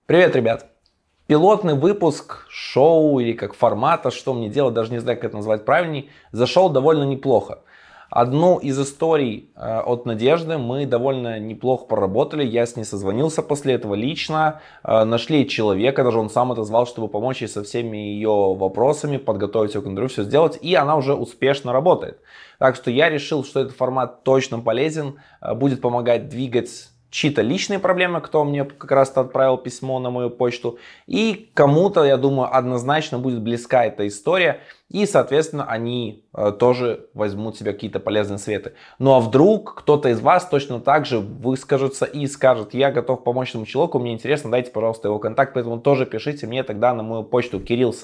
Привет, ребят! Пилотный выпуск шоу или как формата, что мне делать, даже не знаю, как это назвать правильней, зашел довольно неплохо. Одну из историй от Надежды мы довольно неплохо проработали, я с ней созвонился после этого лично, нашли человека, даже он сам отозвал, чтобы помочь ей со всеми ее вопросами, подготовить ее к интервью, все сделать, и она уже успешно работает. Так что я решил, что этот формат точно полезен, будет помогать двигать чьи-то личные проблемы, кто мне как раз-то отправил письмо на мою почту, и кому-то, я думаю, однозначно будет близка эта история, и, соответственно, они тоже возьмут себе какие-то полезные советы. Ну а вдруг кто-то из вас точно так же выскажется и скажет: я готов помочь этому человеку, мне интересно, дайте, пожалуйста, его контакт, поэтому тоже пишите мне тогда на мою почту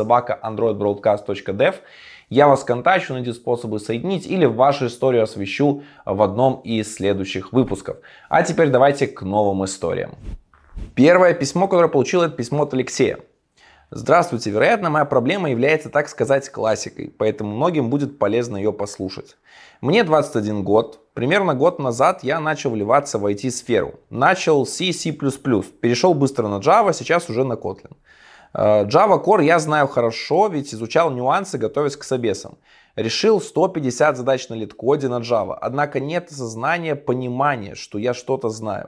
kirill@androidbroadcast.dev. Я вас контачу, найду способы соединить или вашу историю освещу в одном из следующих выпусков. А теперь давайте к новым историям. Первое письмо, которое получил, это письмо от Алексея. Здравствуйте, вероятно, моя проблема является, так сказать, классикой, поэтому многим будет полезно ее послушать. Мне 21 год. Примерно год назад я начал вливаться в IT-сферу. Начал с C++, перешел быстро на Java, сейчас уже на Kotlin. Java Core я знаю хорошо, ведь изучал нюансы, готовясь к собесам. Решил 150 задач на лид-коде на Java, однако нет осознания, понимания, что я что-то знаю.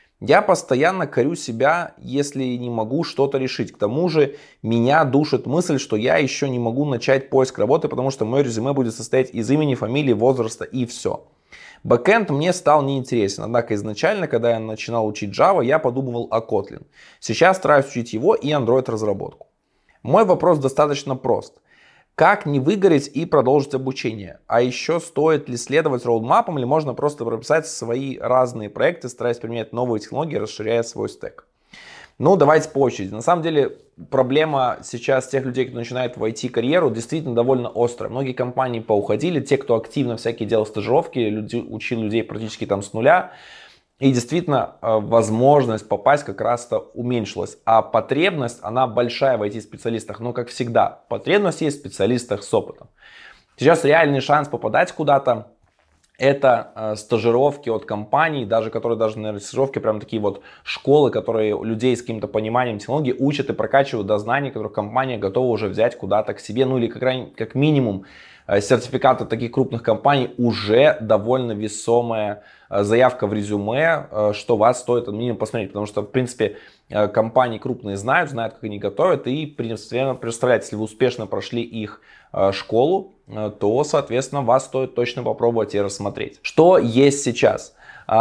Я постоянно корю себя, если не могу что-то решить. К тому же меня душит мысль, что я еще не могу начать поиск работы, потому что мое резюме будет состоять из имени, фамилии, возраста и все. Бэкэнд мне стал неинтересен, однако изначально, когда я начинал учить Java, я подумывал о Kotlin. Сейчас стараюсь учить его и Android разработку. Мой вопрос достаточно прост. Как не выгореть и продолжить обучение? А еще стоит ли следовать роудмапам или можно просто прописать свои разные проекты, стараясь применять новые технологии, расширяя свой стек? Ну, давайте по очереди. На самом деле, проблема сейчас тех людей, кто начинает в IT-карьеру, действительно довольно острая. Многие компании поуходили, те, кто активно всякие делал стажировки, учил людей практически там с нуля. И действительно, возможность попасть как раз-то уменьшилась. А потребность, она большая в IT-специалистах. Но, как всегда, потребность есть в специалистах с опытом. Сейчас реальный шанс попадать куда-то — это стажировки от компаний, которые даже, наверное, стажировки, прям такие вот школы, которые людей с каким-то пониманием технологий учат и прокачивают до знаний, которые компания готова уже взять куда-то к себе. Ну или как минимум сертификат от таких крупных компаний уже довольно весомая заявка в резюме, что вас стоит минимум посмотреть. Потому что, в принципе, компании крупные знают, как они готовят. И, представляете, если вы успешно прошли их школу, то, соответственно, вас стоит точно попробовать и рассмотреть. Что есть сейчас?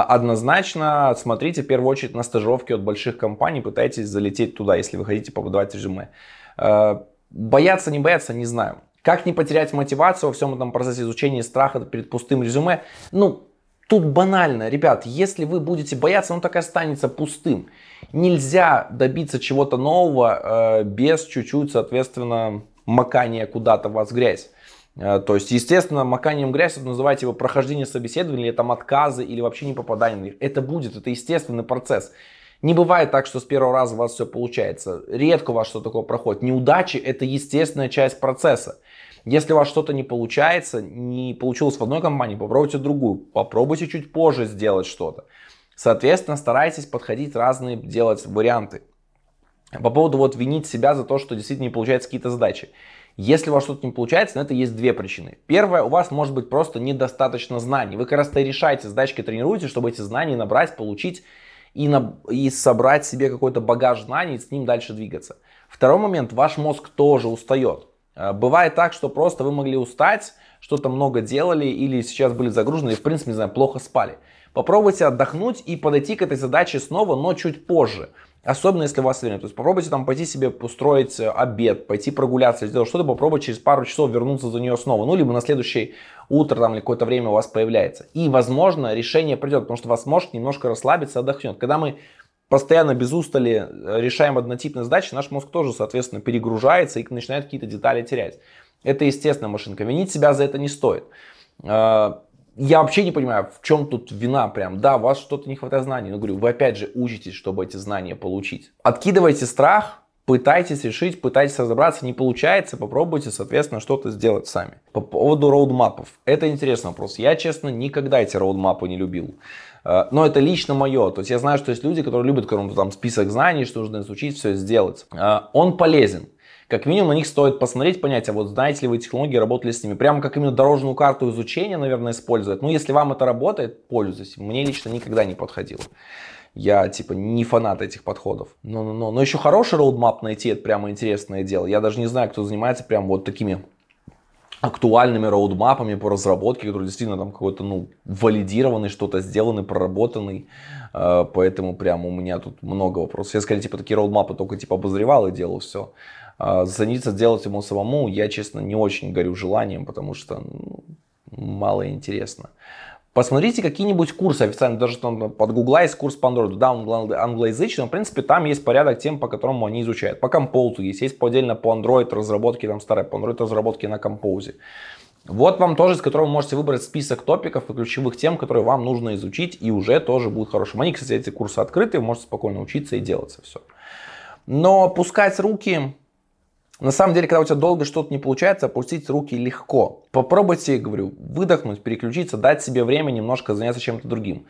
Однозначно смотрите в первую очередь на стажировки от больших компаний, пытайтесь залететь туда, если вы хотите подавать резюме. Бояться, не бояться, не знаю. Как не потерять мотивацию во всем этом процессе изучения и страха перед пустым резюме? Ну, тут банально, ребят, если вы будете бояться, оно так и останется пустым. Нельзя добиться чего-то нового без чуть-чуть, соответственно, макания куда-то вас в грязь. То есть, естественно, маканием в грязь называйте его прохождение собеседования, или там отказы, или вообще не попадание в них. Это будет, это естественный процесс. Не бывает так, что с первого раза у вас все получается. Редко у вас что-то такое проходит. Неудачи — это естественная часть процесса. Если у вас что-то не получается, не получилось в одной компании, попробуйте другую. Попробуйте чуть позже сделать что-то. Соответственно, старайтесь подходить разные, делать варианты. По поводу винить себя за то, что действительно не получаются какие-то задачи. Если у вас что-то не получается, на это есть две причины. Первая, у вас может быть просто недостаточно знаний. Вы как раз-то решаете задачки, тренируете, чтобы эти знания набрать, получить и собрать себе какой-то багаж знаний и с ним дальше двигаться. Второй момент, ваш мозг тоже устает. Бывает так, что просто вы могли устать, что-то много делали или сейчас были загружены и, в принципе, плохо спали. Попробуйте отдохнуть и подойти к этой задаче снова, но чуть позже. Особенно если у вас время. То есть попробуйте пойти себе устроить обед, пойти прогуляться, сделать что-то, попробовать через пару часов вернуться за нее снова. Ну, либо на следующее утро или какое-то время у вас появляется. И, возможно, решение придет, потому что вас мозг немножко расслабиться, отдохнет. Когда мы постоянно без устали решаем однотипные задачи, наш мозг тоже, соответственно, перегружается и начинает какие-то детали терять. Это естественная машинка. Винить себя за это не стоит. Я вообще не понимаю, в чем тут вина прям. Да, у вас что-то не хватает знаний, но говорю, вы опять же учитесь, чтобы эти знания получить. Откидывайте страх, Пытайтесь решить, пытайтесь разобраться, не получается, попробуйте, соответственно, что-то сделать сами. По поводу роудмапов. Это интересный вопрос. Я, честно, никогда эти роудмапы не любил. Но это лично мое. То есть я знаю, что есть люди, которые любят какой-то там список знаний, что нужно изучить, все сделать. Он полезен. Как минимум на них стоит посмотреть, понять, а вот знаете ли вы технологии, работали с ними. Прямо как именно дорожную карту изучения, наверное, использовать. Ну, если вам это работает, пользуйтесь. Мне лично никогда не подходило. Я, типа, не фанат этих подходов. Но еще хороший роудмап найти, это прямо интересное дело. Я даже не знаю, кто занимается прям вот такими актуальными роудмапами по разработке, которые действительно там какой-то, ну, валидированный, что-то сделанный, проработанный. Поэтому прям у меня тут много вопросов. Я, скорее, типа, такие роудмапы только, типа, обозревал и делал все. Заняться делать ему самому, я, честно, не очень горю желанием, потому что мало интересно. Посмотрите какие-нибудь курсы официально, даже там под Гугла есть курс по Android, да, он англоязычный, но, в принципе, там есть порядок тем, по которому они изучают. По Compose есть отдельно по Android разработки, там старые по Android разработки на Compose. Вот вам тоже, с которого вы можете выбрать список топиков и ключевых тем, которые вам нужно изучить, и уже тоже будет хорошим. Они, кстати, эти курсы открыты, вы можете спокойно учиться и делать все. Но пускать руки... На самом деле, когда у тебя долго что-то не получается, опустить руки легко. Попробуйте, говорю, выдохнуть, переключиться, дать себе время немножко заняться чем-то другим.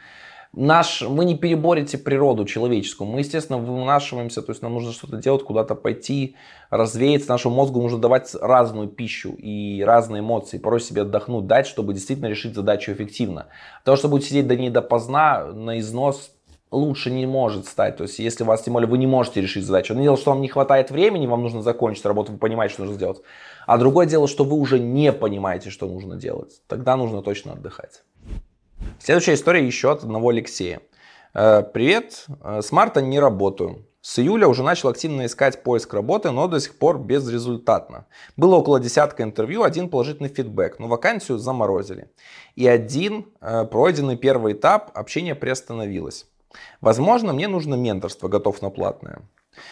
Вы не переборете природу человеческую. Мы, естественно, вынашиваемся, то есть нам нужно что-то делать, куда-то пойти, развеяться. Нашему мозгу нужно давать разную пищу и разные эмоции, порой себе отдохнуть, дать, чтобы действительно решить задачу эффективно. То, что будет сидеть до ней допоздна, на износ, лучше не может стать. То есть, если вас, тем более, вы не можете решить задачу. Одно дело, что вам не хватает времени, вам нужно закончить работу, вы понимаете, что нужно сделать. А другое дело, что вы уже не понимаете, что нужно делать. Тогда нужно точно отдыхать. Следующая история еще от одного Алексея. Привет, с марта не работаю. С июля уже начал активно искать поиск работы, но до сих пор безрезультатно. Было около десятка интервью, один положительный фидбэк, но вакансию заморозили. И один пройденный первый этап общения приостановилось. Возможно, мне нужно менторство, готов на платное.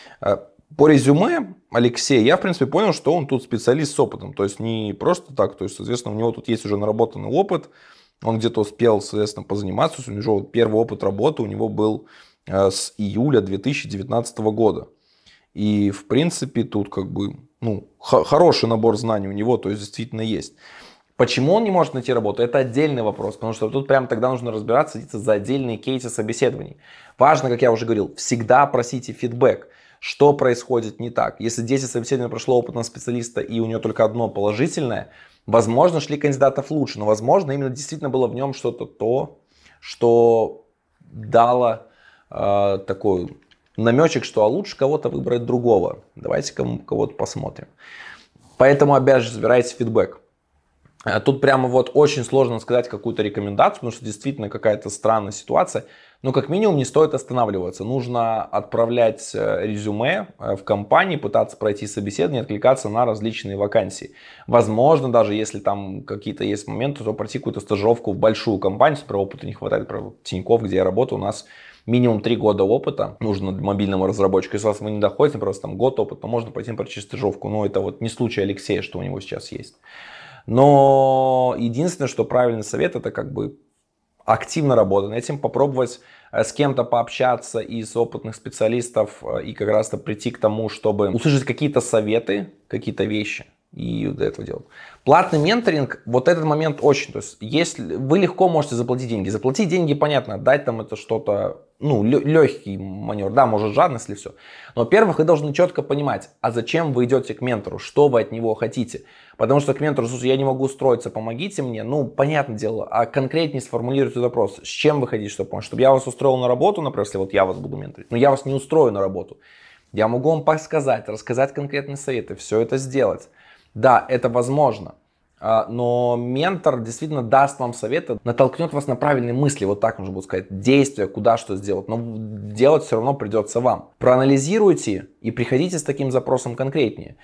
По резюме Алексея я, в принципе, понял, что он тут специалист с опытом. То есть не просто так, то есть, соответственно, у него тут есть уже наработанный опыт. Он где-то успел, соответственно, позаниматься. У него первый опыт работы у него был с июля 2019 года. И, в принципе, тут как бы, хороший набор знаний у него, то есть, действительно есть. Почему он не может найти работу, это отдельный вопрос, потому что тут прямо тогда нужно разбираться, садиться за отдельные кейсы собеседований. Важно, как я уже говорил, всегда просите фидбэк, что происходит не так. Если 10 собеседований прошло опытного специалиста и у него только одно положительное, возможно, шли кандидатов лучше, но возможно, именно действительно было в нем что-то то, что дало такой намечек, что лучше кого-то выбрать другого. Давайте кого-то посмотрим. Поэтому опять же собирайте фидбэк. Тут прямо вот очень сложно сказать какую-то рекомендацию, потому что действительно какая-то странная ситуация. Но как минимум не стоит останавливаться. Нужно отправлять резюме в компании, пытаться пройти собеседование, откликаться на различные вакансии. Возможно, даже если там какие-то есть моменты, то пройти какую-то стажировку в большую компанию. Например, опыта не хватает. Например, Тинькофф, где я работаю, у нас минимум 3 года опыта нужно мобильному разработчику. Если у вас вы не доходите, просто там год опыта, то можно пойти пройти стажировку. Но это вот не случай Алексея, что у него сейчас есть. Но единственное, что правильный совет, это как бы активно работать над этим, попробовать с кем-то пообщаться из опытных специалистов и как раз-то прийти к тому, чтобы услышать какие-то советы, какие-то вещи и до этого делать. Платный менторинг, вот этот момент очень, то есть если вы легко можете заплатить деньги. Заплатить деньги, понятно, отдать там это что-то, легкий маневр, да, может жадность или все. Но, во-первых, вы должны четко понимать, а зачем вы идете к ментору, что вы от него хотите. Потому что к ментору, слушай, я не могу устроиться, помогите мне, понятное дело, а конкретнее сформулируйте вопрос, с чем вы хотите, чтобы помочь. Чтобы я вас устроил на работу, например, если вот я вас буду менторить, но я вас не устрою на работу. Я могу вам подсказать, рассказать конкретные советы, все это сделать. Да, это возможно, но ментор действительно даст вам советы, натолкнет вас на правильные мысли, вот так можно будет сказать, действия, куда что сделать, но делать все равно придется вам. Проанализируйте и приходите с таким запросом конкретнее.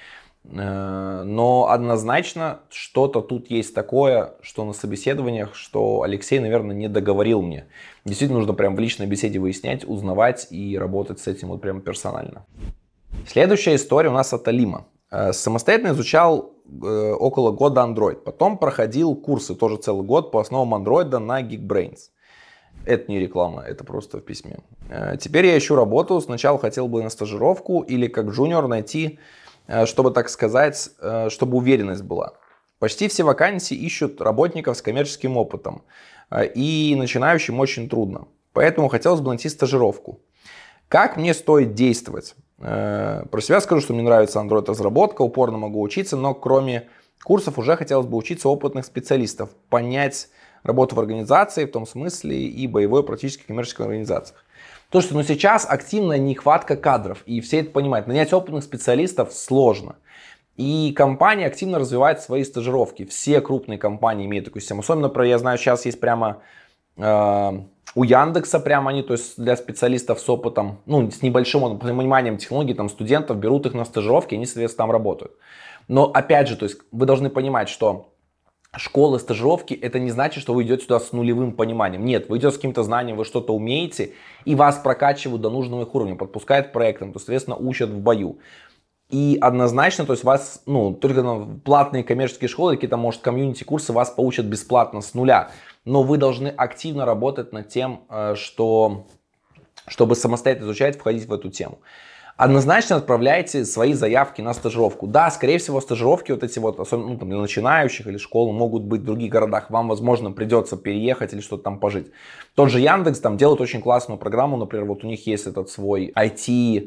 Но однозначно что-то тут есть такое, что на собеседованиях, что Алексей, наверное, не договорил мне. Действительно нужно прям в личной беседе выяснять, узнавать и работать с этим вот прям персонально. Следующая история у нас от Алима. Самостоятельно изучал около года Android. Потом проходил курсы, тоже целый год, по основам Android на Geekbrains. Это не реклама, это просто в письме. Теперь я ищу работу. Сначала хотел бы на стажировку или как джуниор найти, чтобы, так сказать, чтобы уверенность была. Почти все вакансии ищут работников с коммерческим опытом. И начинающим очень трудно. Поэтому хотелось бы найти стажировку. Как мне стоит действовать? Про себя скажу, что мне нравится Android-разработка, упорно могу учиться, но кроме курсов уже хотелось бы учиться у опытных специалистов, понять работу в организации, в том смысле и боевой практически коммерческой организациях. То, что сейчас активная нехватка кадров, и все это понимают. Нанять опытных специалистов сложно. И компания активно развивает свои стажировки. Все крупные компании имеют такую систему. Особенно, я знаю, сейчас есть прямо у Яндекса прямо они, то есть для специалистов с опытом, ну, с небольшим пониманием технологий, там, студентов берут их на стажировки, они, соответственно, там работают. Но, опять же, то есть вы должны понимать, что школы, стажировки, это не значит, что вы идете сюда с нулевым пониманием. Нет, вы идете с каким-то знанием, вы что-то умеете, и вас прокачивают до нужного их уровня, подпускают к проектам, то, соответственно, учат в бою. И однозначно, то есть вас, ну, только платные коммерческие школы, какие-то, может, комьюнити-курсы вас поучат бесплатно с нуля. Но вы должны активно работать над тем, чтобы самостоятельно изучать, входить в эту тему. Однозначно отправляйте свои заявки на стажировку. Да, скорее всего, стажировки вот эти вот, особенно для начинающих или школы, могут быть в других городах. Вам, возможно, придется переехать или что-то там пожить. Тот же Яндекс там делает очень классную программу. Например, вот у них есть этот свой IT,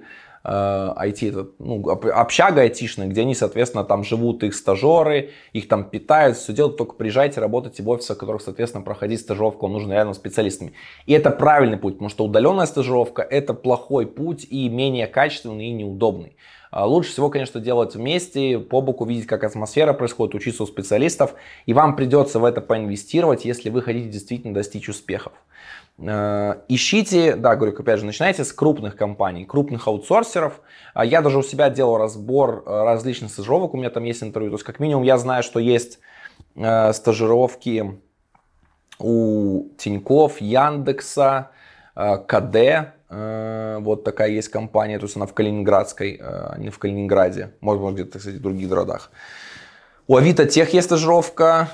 общага айтишная, где они, соответственно, там живут их стажеры, их там питают, все делают, только приезжайте работать в офисах, в которых, соответственно, проходить стажировку нужно рядом с специалистами. И это правильный путь, потому что удаленная стажировка это плохой путь и менее качественный и неудобный. Лучше всего, конечно, делать вместе, по боку, видеть, как атмосфера происходит, учиться у специалистов, и вам придется в это поинвестировать, если вы хотите действительно достичь успехов. Ищите, да, говорю, опять же, начинайте с крупных компаний, крупных аутсорсеров. Я даже у себя делал разбор различных стажировок, у меня там есть интервью. То есть, как минимум, я знаю, что есть стажировки у Тинькофф, Яндекса, КД. Вот такая есть компания, то есть она в Калининградской, а не в Калининграде. Может быть, где-то, кстати, в других городах. У Авито Тех есть стажировка.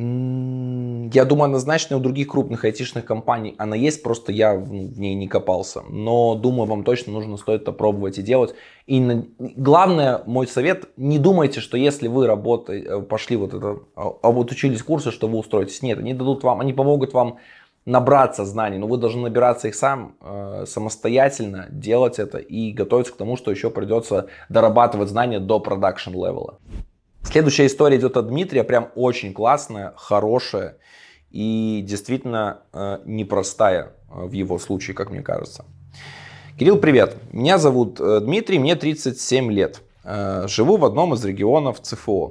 Я думаю, однозначно у других крупных айтишных компаний она есть, просто я в ней не копался. Но думаю, вам точно стоит это пробовать и делать. И главное, мой совет, не думайте, что если вы пошли учились курсы, что вы устроитесь. Нет, они дадут вам, они помогут вам набраться знаний, но вы должны набираться их самостоятельно, делать это и готовиться к тому, что еще придется дорабатывать знания до продакшн левела. Следующая история идет от Дмитрия, прям очень классная, хорошая и действительно непростая в его случае, как мне кажется. Кирилл, привет. Меня зовут Дмитрий, мне 37 лет. Живу в одном из регионов ЦФО.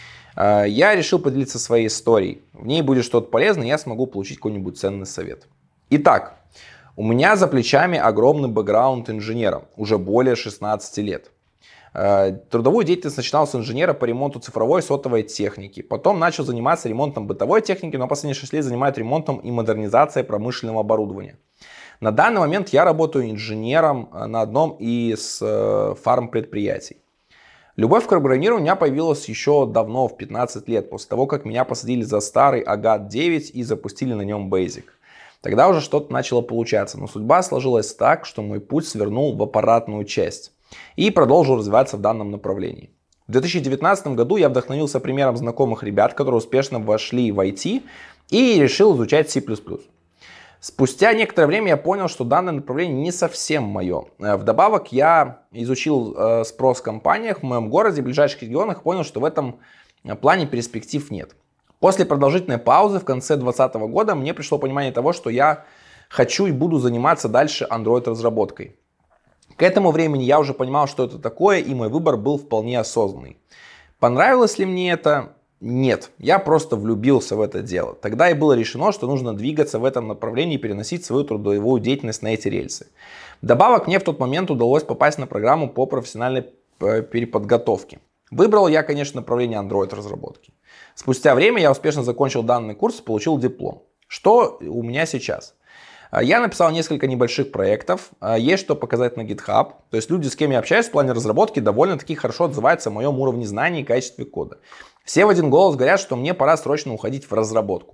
Я решил поделиться своей историей. В ней будет что-то полезное, я смогу получить какой-нибудь ценный совет. Итак, у меня за плечами огромный бэкграунд инженера, уже более 16 лет. Трудовую деятельность начинал с инженера по ремонту цифровой сотовой техники. Потом начал заниматься ремонтом бытовой техники, но последние 6 лет занимаюсь ремонтом и модернизацией промышленного оборудования. На данный момент я работаю инженером на одном из фармпредприятий. Любовь к программированию у меня появилась еще давно, в 15 лет, после того, как меня посадили за старый Агат 9 и запустили на нем Basic. Тогда уже что-то начало получаться, но судьба сложилась так, что мой путь свернул в аппаратную часть и продолжил развиваться в данном направлении. В 2019 году я вдохновился примером знакомых ребят, которые успешно вошли в IT и решил изучать C++. Спустя некоторое время я понял, что данное направление не совсем мое. Вдобавок я изучил спрос в компаниях в моем городе, в ближайших регионах, и понял, что в этом плане перспектив нет. После продолжительной паузы в конце 2020 года мне пришло понимание того, что я хочу и буду заниматься дальше Android-разработкой. К этому времени я уже понимал, что это такое, и мой выбор был вполне осознанный. Понравилось ли мне это? Нет, я просто влюбился в это дело. Тогда и было решено, что нужно двигаться в этом направлении и переносить свою трудовую деятельность на эти рельсы. Вдобавок мне в тот момент удалось попасть на программу по профессиональной переподготовке. Выбрал я, конечно, направление Android-разработки. Спустя время я успешно закончил данный курс и получил диплом. Что у меня сейчас? Я написал несколько небольших проектов, есть что показать на GitHub. То есть люди, с кем я общаюсь в плане разработки, довольно-таки хорошо отзываются о моем уровне знаний и качестве кода. Все в один голос говорят, что мне пора срочно уходить в разработку.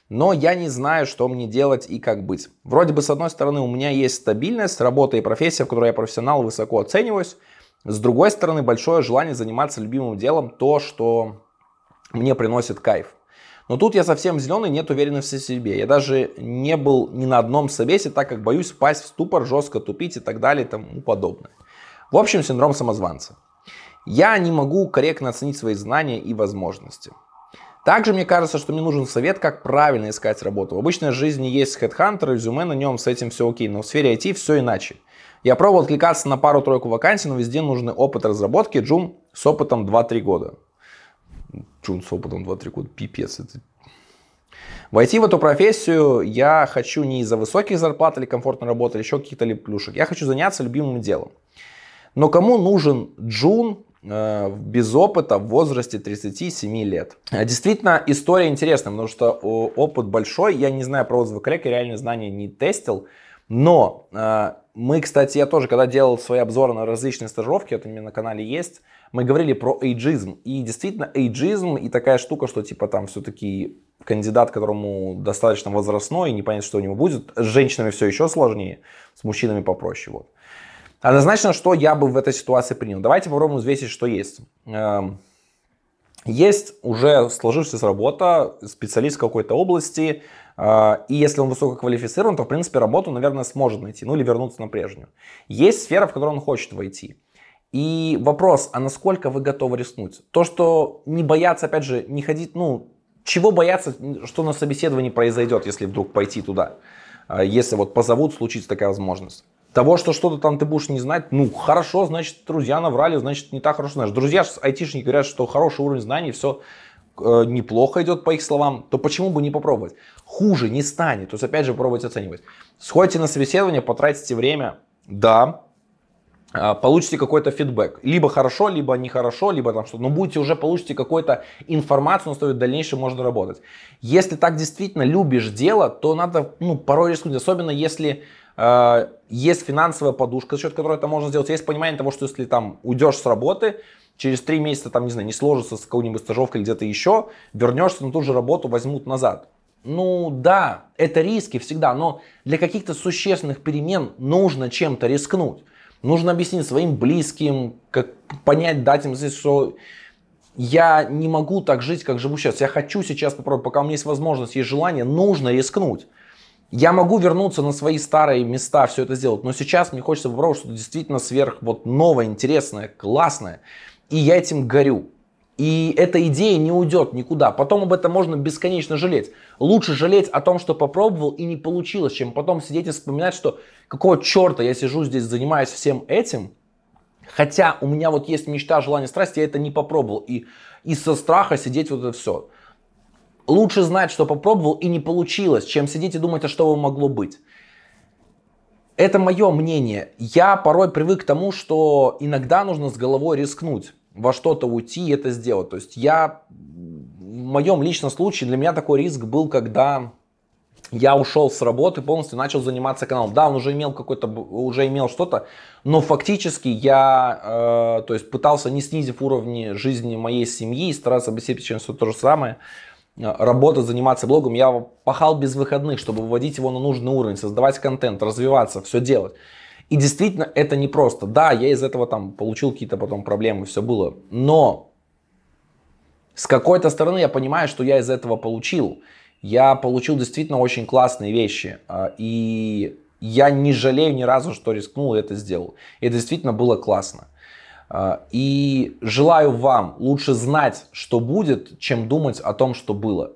но я не знаю, что мне делать и как быть. Вроде бы, с одной стороны, у меня есть стабильность, работа и профессия, в которой я профессионал, высоко оцениваюсь. С другой стороны, большое желание заниматься любимым делом, то, что мне приносит кайф. Но тут я совсем зеленый, нет уверенности в себе. Я даже не был ни на одном собесе, так как боюсь впасть в ступор, жестко тупить и так далее и тому подобное. В общем, синдром самозванца. Я не могу корректно оценить свои знания и возможности. Также мне кажется, что мне нужен совет, как правильно искать работу. В обычной жизни есть HeadHunter, резюме на нем, с этим все окей, но в сфере IT все иначе. Я пробовал откликаться на пару-тройку вакансий, но везде нужен опыт разработки, джун с опытом 2-3 года. Джун с опытом 2-3 года, пипец. Войти в эту профессию я хочу не из-за высоких зарплат или комфортной работы, или еще каких-то плюшек. Я хочу заняться любимым делом. Но кому нужен джун без опыта в возрасте 37 лет? Действительно, история интересная, потому что опыт большой. Я не знаю про отзывы коллег, я реально знания не тестил. Но мы, кстати, я тоже, когда делал свои обзоры на различные стажировки, это у меня на канале есть, мы говорили про эйджизм. И действительно, эйджизм и такая штука, что типа там все-таки кандидат, которому достаточно возрастной, и непонятно, что у него будет. С женщинами все еще сложнее, с мужчинами попроще. Вот. Однозначно, что я бы в этой ситуации принял. Давайте попробуем взвесить, что есть. Есть уже сложившаяся работа, специалист в какой-то области, и если он высококвалифицирован, то, в принципе, работу, наверное, сможет найти, ну или вернуться на прежнюю. Есть сфера, в которую он хочет войти. И вопрос, а насколько вы готовы рискнуть? То, что не бояться, опять же, не ходить, чего бояться, что на собеседовании произойдет, если вдруг пойти туда, если вот позовут, случится такая возможность. Того, что что-то там ты будешь не знать, хорошо, значит, друзья наврали, значит, не так хорошо знаешь. Друзья айтишники говорят, что хороший уровень знаний, все неплохо идет по их словам, то почему бы не попробовать? Хуже не станет, то есть опять же пробовать оценивать. Сходите на собеседование, потратите время, да, получите какой-то фидбэк. Либо хорошо, либо нехорошо, либо там что-то. Но будете уже получите какую-то информацию, на основе дальнейшем можно работать. Если так действительно любишь дело, то надо порой рискнуть. Особенно если есть финансовая подушка, за счет которой это можно сделать. Есть понимание того, что если там уйдешь с работы, через 3 месяца там, не сложится с какой-нибудь стажировкой или где-то еще, вернешься на ту же работу, возьмут назад. Да, это риски всегда, но для каких-то существенных перемен нужно чем-то рискнуть. Нужно объяснить своим близким, дать им здесь, что я не могу так жить, как живу сейчас. Я хочу сейчас попробовать, пока у меня есть возможность, есть желание, нужно рискнуть. Я могу вернуться на свои старые места, все это сделать, но сейчас мне хочется попробовать что-то действительно новое, интересное, классное. И я этим горю. И эта идея не уйдет никуда. Потом об этом можно бесконечно жалеть. Лучше жалеть о том, что попробовал и не получилось, чем потом сидеть и вспоминать, что какого черта я сижу здесь, занимаюсь всем этим. Хотя у меня вот есть мечта, желание, страсть, я это не попробовал. И из-за страха сидеть вот это все. Лучше знать, что попробовал и не получилось, чем сидеть и думать, а что бы могло быть. Это мое мнение. Я порой привык к тому, что иногда нужно с головой рискнуть, во что-то уйти и это сделать. То есть в моем личном случае для меня такой риск был, когда я ушел с работы, полностью начал заниматься каналом. Да, он уже имел что-то, но фактически я пытался, не снизив уровни жизни моей семьи, стараться обеспечить все то же самое, работать, заниматься блогом. Я пахал без выходных, чтобы выводить его на нужный уровень, создавать контент, развиваться, все делать. И действительно это непросто. Да, я из этого получил какие-то потом проблемы, все было. Но с какой-то стороны я понимаю, что я из этого получил. Я получил действительно очень классные вещи. И я не жалею ни разу, что рискнул и это сделал. И это действительно было классно. И желаю вам лучше знать, что будет, чем думать о том, что было.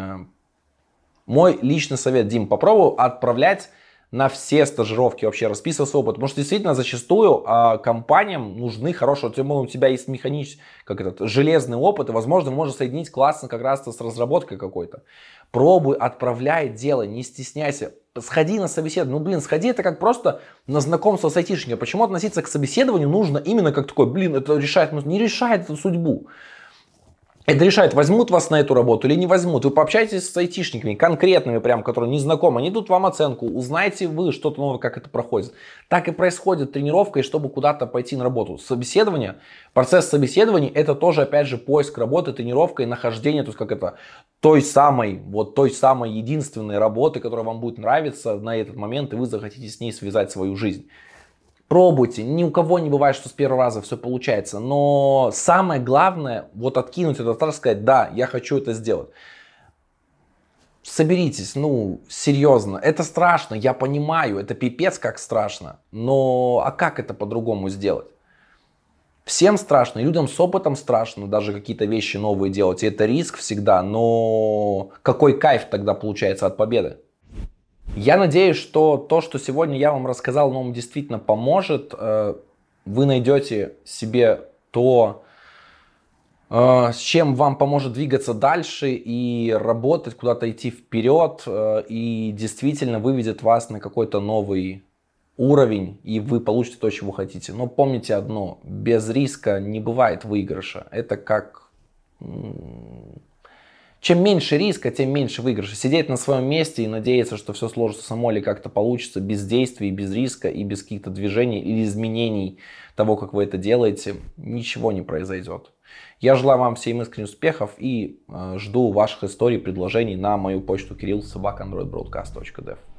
Мой личный совет, Дим, попробуй отправлять на все стажировки, вообще расписывать свой опыт. Потому что действительно зачастую компаниям нужны хорошие, тем более у тебя есть железный опыт, и возможно можно соединить классно как раз с разработкой какой-то. Пробуй, отправляй, делай, не стесняйся. Сходи на собеседование. Сходи, это как просто на знакомство с айтишником. Почему относиться к собеседованию нужно именно как такой, это решает, не решает эту судьбу. Это решает, возьмут вас на эту работу или не возьмут. Вы пообщаетесь с айтишниками, конкретными, прям, которые не знакомы. Они дадут вам оценку, узнаете вы что-то новое, как это проходит. Так и происходит тренировка, и чтобы куда-то пойти на работу. Собеседование, процесс собеседований, это тоже, опять же, поиск работы, тренировка и нахождение, то есть как это, той самой единственной работы, которая вам будет нравиться на этот момент, и вы захотите с ней связать свою жизнь. Пробуйте, ни у кого не бывает, что с первого раза все получается, но самое главное, вот откинуть этот страх, сказать, да, я хочу это сделать. Соберитесь, серьезно, это страшно, я понимаю, это пипец как страшно, но а как это по-другому сделать? Всем страшно, людям с опытом страшно даже какие-то вещи новые делать, и это риск всегда, но какой кайф тогда получается от победы? Я надеюсь, что то, что сегодня я вам рассказал, вам действительно поможет. Вы найдете себе то, с чем вам поможет двигаться дальше и работать, куда-то идти вперед, и действительно выведет вас на какой-то новый уровень, и вы получите то, чего хотите. Но помните одно, без риска не бывает выигрыша. Это как... Чем меньше риска, тем меньше выигрыша. Сидеть на своем месте и надеяться, что все сложится само или как-то получится без действий, без риска и без каких-то движений или изменений того, как вы это делаете, ничего не произойдет. Я желаю вам всем искренних успехов и жду ваших историй, предложений на мою почту kirill@androidbroadcast.dev.